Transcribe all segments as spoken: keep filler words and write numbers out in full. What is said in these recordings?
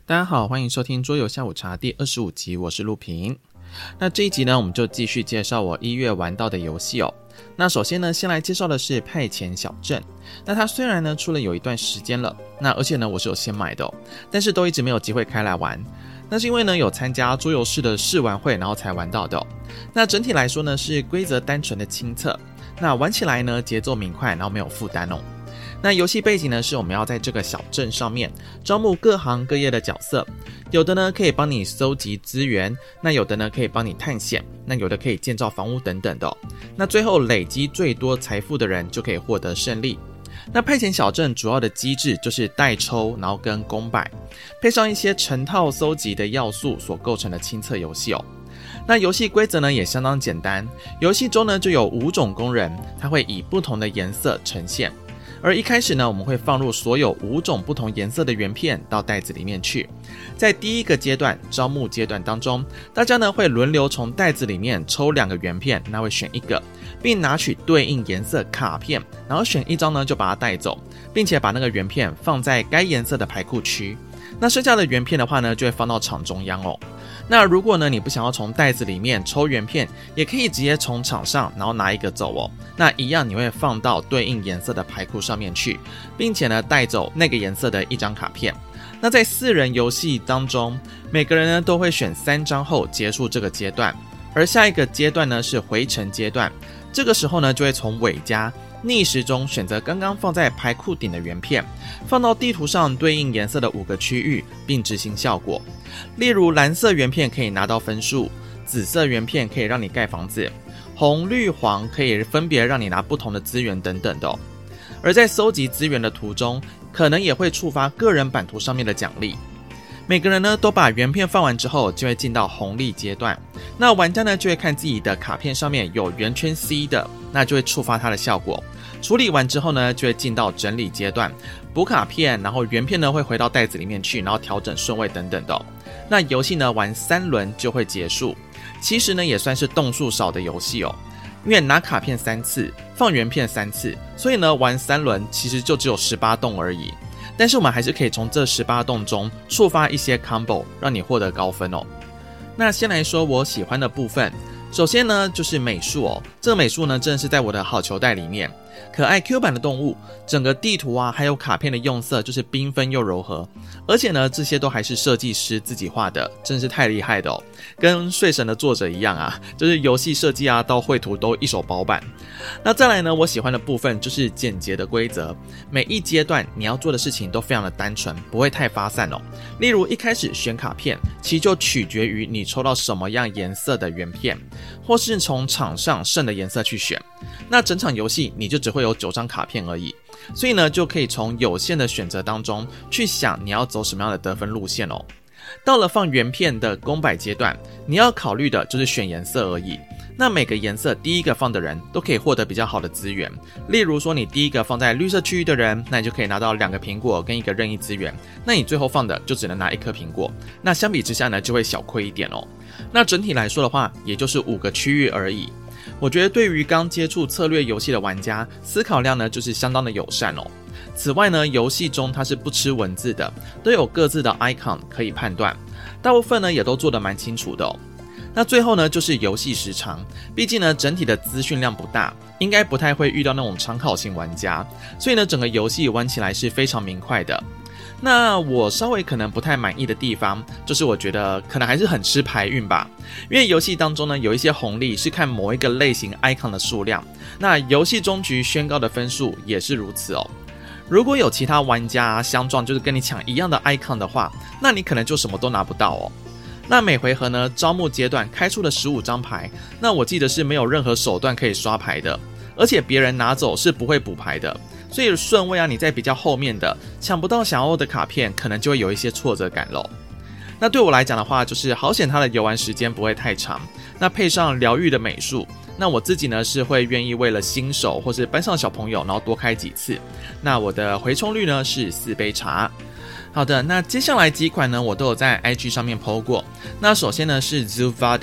大家好，欢迎收听桌游下午茶第二十五集，我是陆平。那这一集呢，我们就继续介绍我一月玩到的游戏哦。那首先呢，先来介绍的是派遣小镇。那它虽然呢出了有一段时间了，那而且呢我是有先买的哦，但是都一直没有机会开来玩。那是因为呢有参加桌游室的试玩会，然后才玩到的哦。那整体来说呢是规则单纯的清澈，那玩起来呢节奏明快，然后没有负担哦。那游戏背景呢是我们要在这个小镇上面招募各行各业的角色，有的呢可以帮你搜集资源，那有的呢可以帮你探险，那有的可以建造房屋等等的哦。那最后累积最多财富的人就可以获得胜利。那派遣小镇主要的机制就是代抽，然后跟公摆，配上一些成套搜集的要素所构成的清澈游戏哦。那游戏规则呢也相当简单，游戏中呢就有五种工人，它会以不同的颜色呈现。而一开始呢，我们会放入所有五种不同颜色的圆片到袋子里面去。在第一个阶段招募阶段当中，大家呢会轮流从袋子里面抽两个圆片，那会选一个，并拿取对应颜色卡片，然后选一张呢就把它带走，并且把那个圆片放在该颜色的牌库区。那剩下的圆片的话呢，就会放到场中央哦。那如果呢你不想要从袋子里面抽圆片，也可以直接从场上然后拿一个走哦。那一样你会放到对应颜色的牌库上面去，并且呢带走那个颜色的一张卡片。那在四人游戏当中，每个人呢都会选三张后结束这个阶段，而下一个阶段呢是回城阶段。这个时候呢就会从尾家逆时钟选择刚刚放在牌库顶的圆片，放到地图上对应颜色的五个区域，并执行效果。例如蓝色圆片可以拿到分数，紫色圆片可以让你盖房子，红绿黄可以分别让你拿不同的资源等等的哦。而在搜集资源的途中，可能也会触发个人版图上面的奖励。每个人呢都把圆片放完之后，就会进到红利阶段。那玩家呢就会看自己的卡片上面有圆圈 C 的，那就会触发它的效果。处理完之后呢，就会进到整理阶段，补卡片，然后圆片呢会回到袋子里面去，然后调整顺位等等的哦。那游戏呢玩三轮就会结束，其实呢也算是动数少的游戏哦。因为拿卡片三次，放圆片三次，所以呢玩三轮其实就只有十八洞而已。但是我们还是可以从这十八洞中触发一些 combo， 让你获得高分哦。那先来说我喜欢的部分，首先呢就是美术哦，这个美术呢真的是在我的好球袋里面。可爱 Q 版的动物，整个地图啊还有卡片的用色就是缤纷又柔和，而且呢这些都还是设计师自己画的，真是太厉害的哦。跟睡神的作者一样啊，就是游戏设计啊到绘图都一手包办。那再来呢，我喜欢的部分就是简洁的规则，每一阶段你要做的事情都非常的单纯，不会太发散哦。例如一开始选卡片，其实就取决于你抽到什么样颜色的圆片，或是从场上剩的颜色去选。那整场游戏你就只会有九张卡片而已，所以呢就可以从有限的选择当中去想你要走什么样的得分路线哦。到了放圆片的公摆阶段，你要考虑的就是选颜色而已。那每个颜色第一个放的人都可以获得比较好的资源，例如说你第一个放在绿色区域的人，那你就可以拿到两个苹果跟一个任意资源，那你最后放的就只能拿一颗苹果，那相比之下呢就会小亏一点哦。那整体来说的话，也就是五个区域而已。我觉得对于刚接触策略游戏的玩家，思考量呢就是相当的友善哦。此外呢，游戏中它是不吃文字的，都有各自的 icon 可以判断，大部分呢也都做得蛮清楚的哦。那最后呢就是游戏时长，毕竟呢整体的资讯量不大，应该不太会遇到那种常考型玩家，所以呢整个游戏玩起来是非常明快的。那我稍微可能不太满意的地方，就是我觉得可能还是很吃牌运吧。因为游戏当中呢，有一些红利是看某一个类型 icon 的数量，那游戏终局宣告的分数也是如此哦。如果有其他玩家相撞，就是跟你抢一样的 icon 的话，那你可能就什么都拿不到哦。那每回合呢，招募阶段开出了十五张牌，那我记得是没有任何手段可以刷牌的，而且别人拿走是不会补牌的。所以顺位啊，你在比较后面的抢不到想要的卡片，可能就会有一些挫折感咯。那对我来讲的话，就是好险它的游玩时间不会太长，那配上疗愈的美术，那我自己呢是会愿意为了新手或是班上小朋友，然后多开几次。那我的回冲率呢是四杯茶。好的，那接下来几款呢我都有在 I G 上面 po 过。那首先呢是 Zoo Vadis，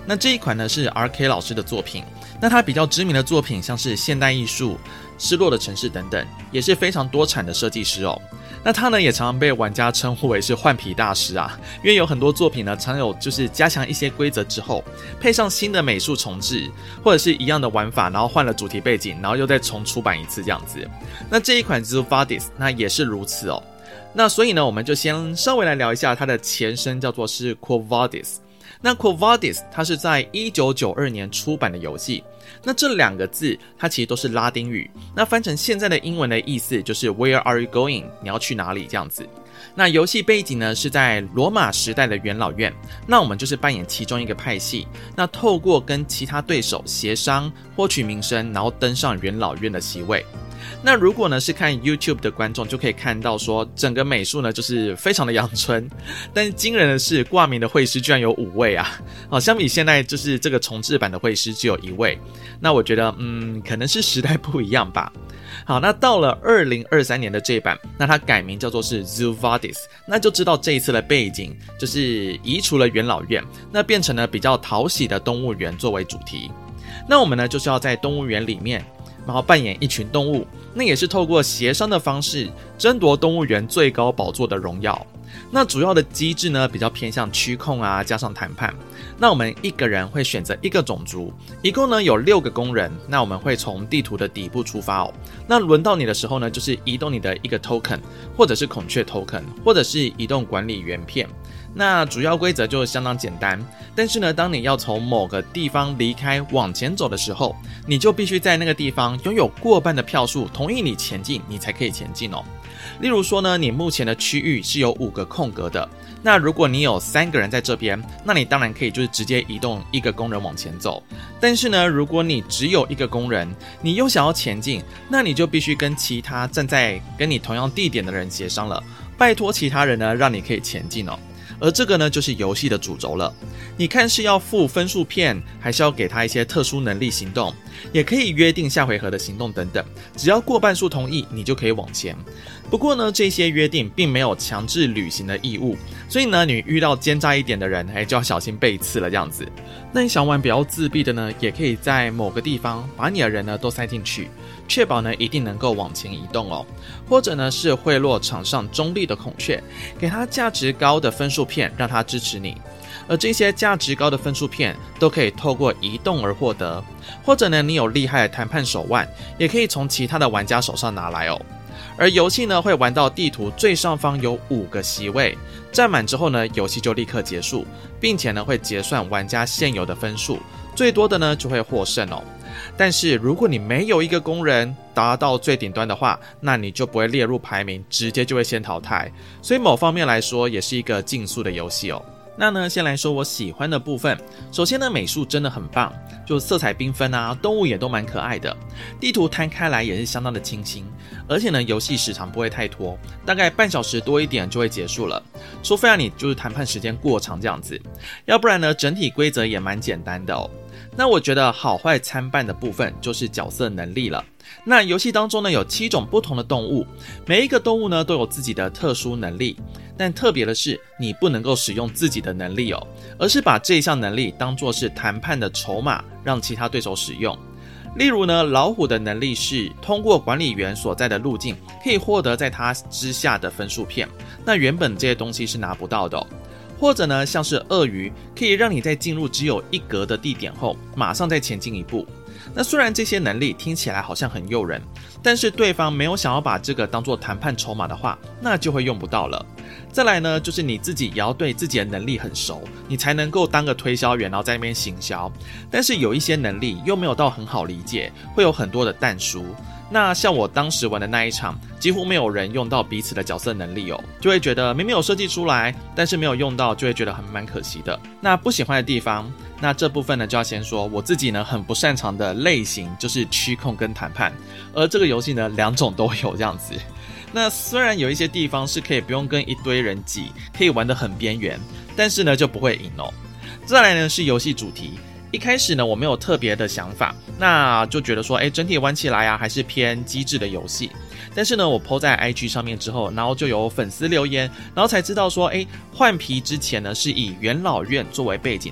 那这一款呢是 R K 老师的作品，那他比较知名的作品像是现代艺术、失落的城市等等，也是非常多产的设计师哦。那他呢也常常被玩家称呼为是换皮大师啊，因为有很多作品呢常有就是加强一些规则之后，配上新的美术重置，或者是一样的玩法，然后换了主题背景，然后又再重出版一次这样子。那这一款 Zoo Vadis 那也是如此哦。那所以呢，我们就先稍微来聊一下它的前身，叫做是 Quo Vadis。那 Quo Vadis 它是在一九九二年出版的游戏。那这两个字它其实都是拉丁语，那翻成现在的英文的意思就是 Where are you going？ 你要去哪里这样子。那游戏背景呢是在罗马时代的元老院，那我们就是扮演其中一个派系，那透过跟其他对手协商获取名声，然后登上元老院的席位。那如果呢是看 YouTube 的观众就可以看到说整个美术呢就是非常的阳春，但是惊人的是挂名的绘师居然有五位啊，好，相比现在就是这个重制版的绘师只有一位，那我觉得嗯可能是时代不一样吧。好，那到了二零二三年的这一版，那它改名叫做是 Zoo Vadis， 那就知道这一次的背景就是移除了元老院，那变成了比较讨喜的动物园作为主题。那我们呢就是要在动物园里面然后扮演一群动物，那也是透过协商的方式争夺动物园最高宝座的荣耀。那主要的机制呢比较偏向区控啊，加上谈判。那我们一个人会选择一个种族，一共呢有六个工人，那我们会从地图的底部出发哦。那轮到你的时候呢，就是移动你的一个 token， 或者是孔雀 token， 或者是移动管理圆片。那主要规则就相当简单，但是呢当你要从某个地方离开往前走的时候，你就必须在那个地方拥有过半的票数同意你前进，你才可以前进哦。例如说呢，你目前的区域是有五个空格的，那如果你有三个人在这边，那你当然可以就是直接移动一个工人往前走。但是呢，如果你只有一个工人，你又想要前进，那你就必须跟其他站在跟你同样地点的人协商了，拜托其他人呢让你可以前进哦。而这个呢就是游戏的主轴了，你看是要付分数片，还是要给他一些特殊能力行动，也可以约定下回合的行动等等，只要过半数同意你就可以往前。不过呢这些约定并没有强制履行的义务，所以呢你遇到奸诈一点的人哎就要小心被刺了这样子。那你想玩比较自闭的呢，也可以在某个地方把你的人呢都塞进去，确保呢一定能够往前移动哦。或者呢是贿赂场上中立的孔雀，给他价值高的分数片让他支持你，而这些价值高的分数片都可以透过移动而获得。或者呢你有厉害的谈判手腕，也可以从其他的玩家手上拿来哦。而游戏呢会玩到地图最上方有五个席位，占满之后呢游戏就立刻结束，并且呢会结算玩家现有的分数，最多的呢就会获胜哦。但是如果你没有一个工人达到最顶端的话，那你就不会列入排名，直接就会先淘汰。所以某方面来说也是一个竞速的游戏哦。那呢先来说我喜欢的部分。首先呢美术真的很棒，就色彩缤纷啊，动物也都蛮可爱的，地图摊开来也是相当的清新，而且呢游戏时长不会太拖，大概半小时多一点就会结束了，除非啊你就是谈判时间过长这样子，要不然呢整体规则也蛮简单的哦。那我觉得好坏参半的部分就是角色能力了。那游戏当中呢有七种不同的动物，每一个动物呢都有自己的特殊能力，但特别的是你不能够使用自己的能力哦，而是把这一项能力当作是谈判的筹码，让其他对手使用。例如呢老虎的能力是通过管理员所在的路径可以获得在它之下的分数片，那原本这些东西是拿不到的哦。或者呢像是鳄鱼，可以让你在进入只有一格的地点后马上再前进一步。那虽然这些能力听起来好像很诱人，但是对方没有想要把这个当作谈判筹码的话，那就会用不到了。再来呢就是你自己也要对自己的能力很熟，你才能够当个推销员然后在那边行销。但是有一些能力又没有到很好理解，会有很多的但书。那像我当时玩的那一场，几乎没有人用到彼此的角色能力哦，就会觉得明明有设计出来，但是没有用到，就会觉得很蛮可惜的。那不喜欢的地方，那这部分呢就要先说我自己呢很不擅长的类型就是区控跟谈判，而这个游戏呢两种都有这样子。那虽然有一些地方是可以不用跟一堆人挤，可以玩得很边缘，但是呢就不会赢哦。再来呢是游戏主题。一开始呢我没有特别的想法，那就觉得说诶整体玩起来啊还是偏机智的游戏。但是呢我 po 在 I G 上面之后，然后就有粉丝留言，然后才知道说诶换皮之前呢是以元老院作为背景的哦。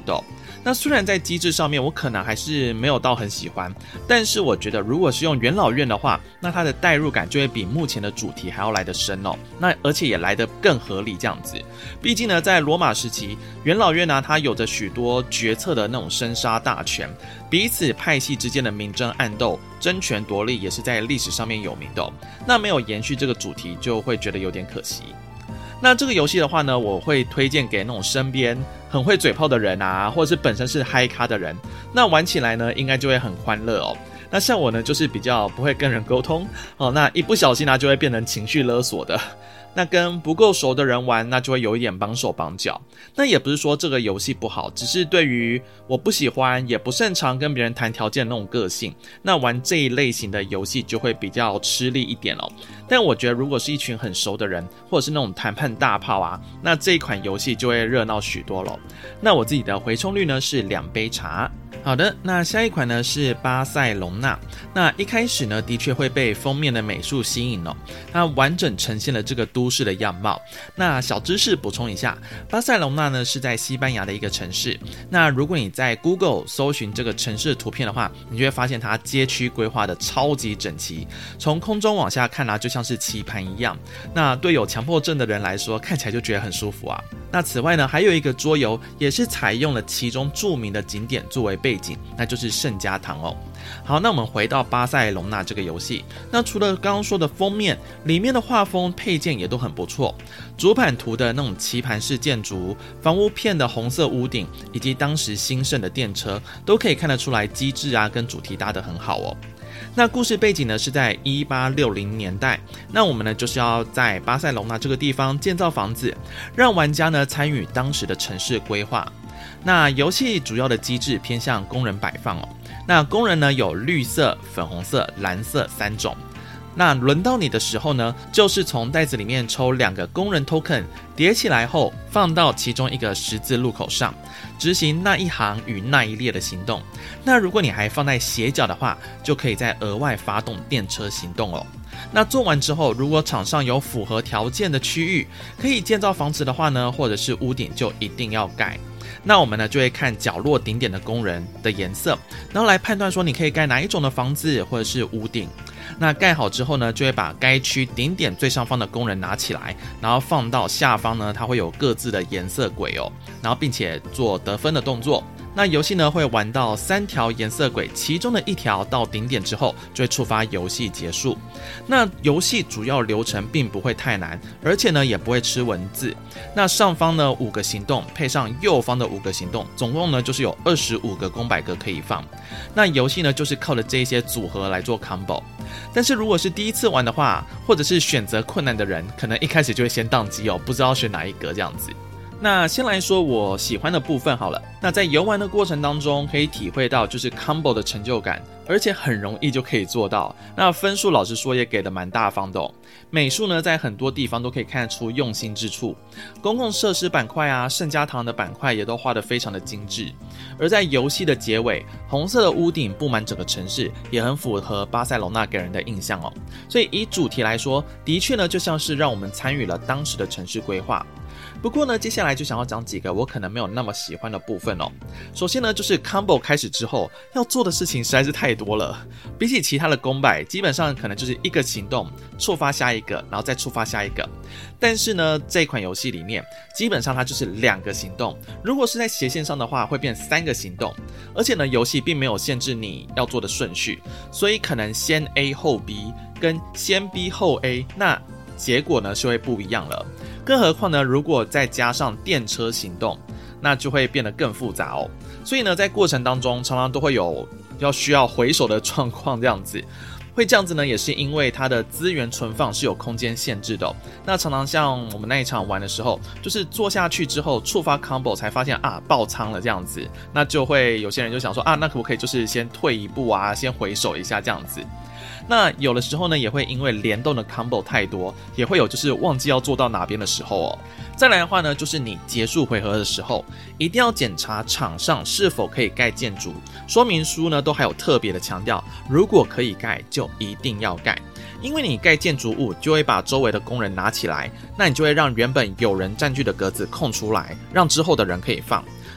那虽然在机制上面我可能还是没有到很喜欢，但是我觉得如果是用元老院的话，那它的代入感就会比目前的主题还要来得深哦，那而且也来得更合理这样子。毕竟呢，在罗马时期，元老院呢，它有着许多决策的那种生杀大权，彼此派系之间的明争暗斗、争权夺利也是在历史上面有名的哦。那没有延续这个主题，就会觉得有点可惜。那这个游戏的话呢，我会推荐给那种身边很会嘴炮的人啊，或者是本身是嗨咖的人，那玩起来呢，应该就会很欢乐哦。那像我呢，就是比较不会跟人沟通哦，那一不小心呢，就会变成情绪勒索的。那跟不够熟的人玩，那就会有一点绑手绑脚。那也不是说这个游戏不好，只是对于我不喜欢也不擅长跟别人谈条件的那种个性，那玩这一类型的游戏就会比较吃力一点哦。但我觉得如果是一群很熟的人，或者是那种谈判大炮啊，那这一款游戏就会热闹许多了。那我自己的回冲率呢是两杯茶。好的，那下一款呢是巴塞隆纳。那一开始呢，的确会被封面的美术吸引哦，它完整呈现了这个都市的样貌。那小知识补充一下，巴塞隆纳呢是在西班牙的一个城市。那如果你在 Google 搜寻这个城市的图片的话，你就会发现它街区规划的超级整齐，从空中往下看啊，就像是棋盘一样。那对有强迫症的人来说，看起来就觉得很舒服啊。那此外呢，还有一个桌游也是采用了其中著名的景点作为背景，那就是圣家堂哦。好，那我们回到巴塞隆纳这个游戏，那除了刚刚说的封面，里面的画风配件也都很不错。主板图的那种棋盘式建筑、房屋片的红色屋顶，以及当时兴盛的电车，都可以看得出来机制啊跟主题搭得很好哦。那故事背景呢是在一八六零年代，那我们呢就是要在巴塞隆纳这个地方建造房子，让玩家呢参与当时的城市规划。那游戏主要的机制偏向工人摆放哦，那工人呢有绿色、粉红色、蓝色三种。那轮到你的时候呢，就是从袋子里面抽两个工人 token， 叠起来后放到其中一个十字路口上，执行那一行与那一列的行动。那如果你还放在斜角的话，就可以再额外发动电车行动哦。那做完之后，如果场上有符合条件的区域可以建造房子的话呢，或者是屋顶就一定要盖。那我们呢就会看角落顶点的工人的颜色，然后来判断说你可以盖哪一种的房子或者是屋顶。那盖好之后呢，就会把该区顶点最上方的工人拿起来，然后放到下方呢，它会有各自的颜色轨哦，然后并且做得分的动作。那游戏呢会玩到三条颜色轨，其中的一条到顶点之后，就会触发游戏结束。那游戏主要流程并不会太难，而且呢也不会吃文字。那上方呢五个行动配上右方的五个行动，总共呢就是有二十五个公百格可以放。那游戏呢就是靠着这些组合来做 combo。但是如果是第一次玩的话，或者是选择困难的人，可能一开始就会先宕机哦，不知道选哪一格这样子。那先来说我喜欢的部分好了。那在游玩的过程当中，可以体会到就是 combo 的成就感，而且很容易就可以做到。那分数老实说也给的蛮大方的哦。美术呢，在很多地方都可以看得出用心之处。公共设施板块啊，圣家堂的板块也都画得非常的精致。而在游戏的结尾，红色的屋顶布满整个城市，也很符合巴塞隆纳给人的印象哦。所以以主题来说，的确呢就像是让我们参与了当时的城市规划。不过呢，接下来就想要讲几个我可能没有那么喜欢的部分哦。首先呢，就是 combo 开始之后要做的事情实在是太多了，比起其他的公摆，基本上可能就是一个行动触发下一个，然后再触发下一个。但是呢，这款游戏里面基本上它就是两个行动，如果是在斜线上的话，会变三个行动。而且呢，游戏并没有限制你要做的顺序，所以可能先 A 后 B 跟先 B 后 A， 那结果呢是会不一样了。更何况呢，如果再加上电车行动，那就会变得更复杂哦。所以呢，在过程当中常常都会有要需要回手的状况，这样子会这样子呢，也是因为它的资源存放是有空间限制的哦。那常常像我们那一场玩的时候，就是做下去之后触发 combo 才发现啊爆仓了这样子，那就会有些人就想说啊，那可不可以就是先退一步啊，先回手一下这样子。那有的时候呢，也会因为联动的 combo 太多，也会有就是忘记要做到哪边的时候哦。再来的话呢，就是你结束回合的时候，一定要检查场上是否可以盖建筑，说明书呢都还有特别的强调，如果可以盖就一定要盖。因为你盖建筑物就会把周围的工人拿起来，那你就会让原本有人占据的格子空出来，让之后的人可以放。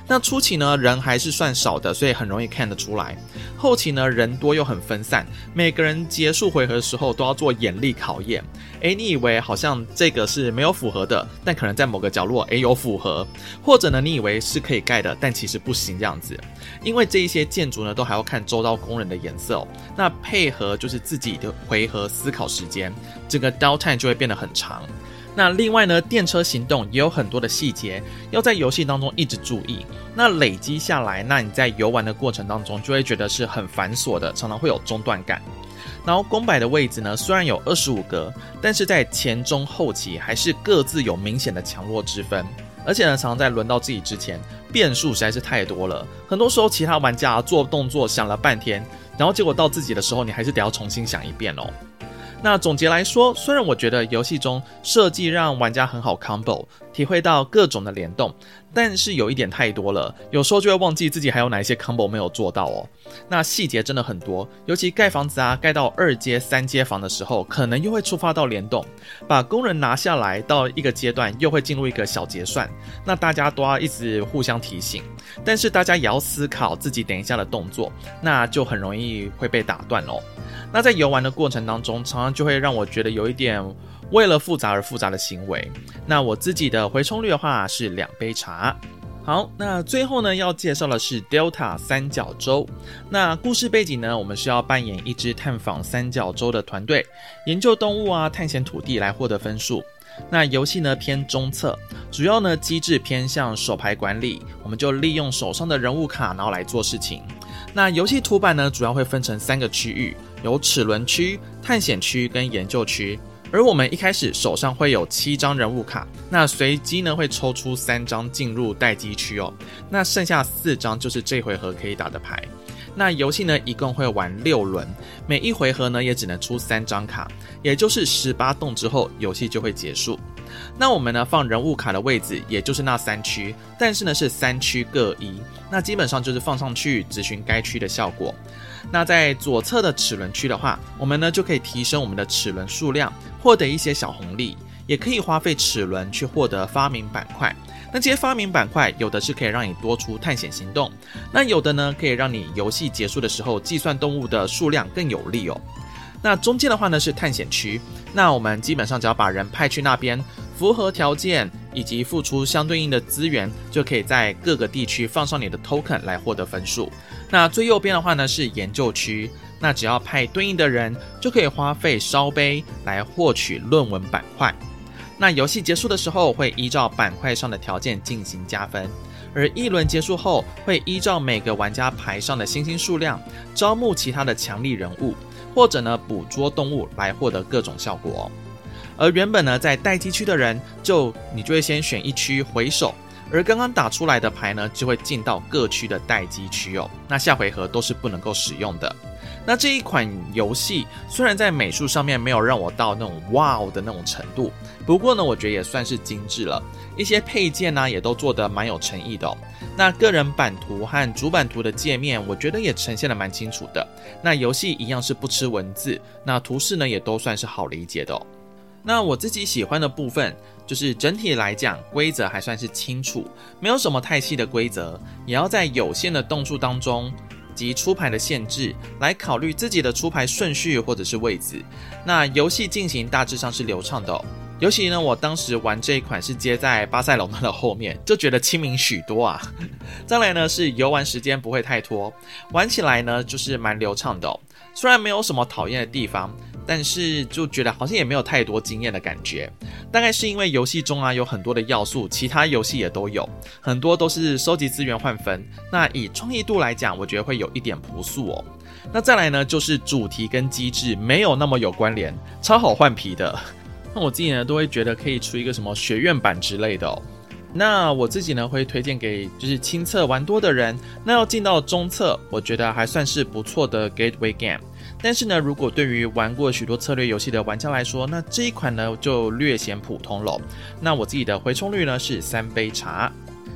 那初期呢人还是算少的，所以很容易看得出来。后期呢人多又很分散，每个人结束回合的时候都要做眼力考验。诶，你以为好像这个是没有符合的，但可能在某个角落诶有符合，或者呢你以为是可以盖的，但其实不行这样子。因为这一些建筑呢都还要看周遭工人的颜色哦，那配合就是自己的回合思考时间，整个 downtime 就会变得很长。那另外呢，电车行动也有很多的细节要在游戏当中一直注意，那累积下来，那你在游玩的过程当中就会觉得是很繁琐的，常常会有中断感。然后公摆的位置呢，虽然有二十五格，但是在前中后期还是各自有明显的强弱之分，而且呢，常常在轮到自己之前，变数实在是太多了，很多时候其他玩家做动作想了半天，然后结果到自己的时候，你还是得要重新想一遍哦。那总结来说，虽然我觉得游戏中设计让玩家很好 combo， 体会到各种的联动，但是有一点太多了，有时候就会忘记自己还有哪一些 combo 没有做到哦。那细节真的很多，尤其盖房子啊，盖到二阶三阶房的时候，可能又会触发到联动，把工人拿下来到一个阶段又会进入一个小结算，那大家都要一直互相提醒，但是大家也要思考自己等一下的动作，那就很容易会被打断哦。那在游玩的过程当中，常常就会让我觉得有一点为了复杂而复杂的行为。那我自己的回冲率的话是两杯茶。好，那最后呢要介绍的是 Delta 三角洲。那故事背景呢，我们是要扮演一支探访三角洲的团队，研究动物啊，探险土地来获得分数。那游戏呢偏中侧，主要呢机制偏向手牌管理，我们就利用手上的人物卡然后来做事情。那游戏图版呢主要会分成三个区域，有齿轮区、探险区跟研究区。而我们一开始手上会有七张人物卡，那随机呢会抽出三张进入待机区哦，那剩下四张就是这回合可以打的牌。那游戏呢一共会玩六轮，每一回合呢也只能出三张卡，也就是十八洞之后游戏就会结束。那我们呢放人物卡的位置也就是那三区，但是呢是三区各一，那基本上就是放上去执行该区的效果。那在左侧的齿轮区的话，我们呢就可以提升我们的齿轮数量，获得一些小红利，也可以花费齿轮去获得发明板块。那这些发明板块有的是可以让你多出探险行动，那有的呢可以让你游戏结束的时候计算动物的数量更有利哦。那中间的话呢是探险区，那我们基本上只要把人派去那边，符合条件以及付出相对应的资源，就可以在各个地区放上你的 token 来获得分数。那最右边的话呢是研究区，那只要派对应的人，就可以花费烧杯来获取论文板块。那游戏结束的时候会依照板块上的条件进行加分，而一轮结束后会依照每个玩家牌上的星星数量，招募其他的强力人物，或者呢捕捉动物来获得各种效果哦。而原本呢在待机区的人，就你就会先选一区回手，而刚刚打出来的牌呢就会进到各区的待机区哦，那下回合都是不能够使用的。那这一款游戏虽然在美术上面没有让我到那种哇哦的那种程度，不过呢我觉得也算是精致了，一些配件呢也都做得蛮有诚意的哦。那个人版图和主版图的界面我觉得也呈现得蛮清楚的，那游戏一样是不吃文字，那图示呢也都算是好理解的哦。那我自己喜欢的部分就是整体来讲规则还算是清楚，没有什么太细的规则，也要在有限的动数当中及出牌的限制来考虑自己的出牌顺序或者是位置，那游戏进行大致上是流畅的哦。尤其呢我当时玩这一款是接在巴塞隆纳的后面，就觉得亲民许多啊。再来呢是游玩时间不会太拖，玩起来呢就是蛮流畅的哦。虽然没有什么讨厌的地方，但是就觉得好像也没有太多惊艳的感觉，大概是因为游戏中啊有很多的要素，其他游戏也都有，很多都是收集资源换分，那以创意度来讲我觉得会有一点朴素哦。那再来呢就是主题跟机制没有那么有关联，超好换皮的，那我自己呢都会觉得可以出一个什么学院版之类的哦。那我自己呢会推荐给就是轻策玩多的人，那要进到中策我觉得还算是不错的 gateway game， 但是呢如果对于玩过许多策略游戏的玩家来说，那这一款呢就略显普通了。那我自己的回冲率呢是三杯茶。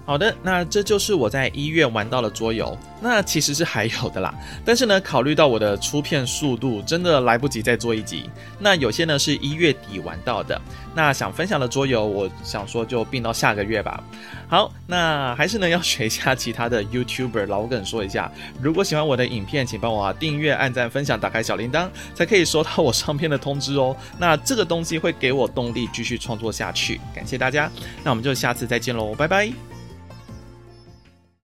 好的，那这就是我在一月玩到的桌游，那其实是还有的啦，但是呢，考虑到我的出片速度，真的来不及再做一集。那有些呢是一月底玩到的，那想分享的桌游，我想说就并到下个月吧。好，那还是呢要学一下其他的 YouTuber 老梗说一下，如果喜欢我的影片，请帮我、啊、订阅、按赞、分享，打开小铃铛，才可以收到我上片的通知哦。那这个东西会给我动力继续创作下去，感谢大家，那我们就下次再见喽，拜拜。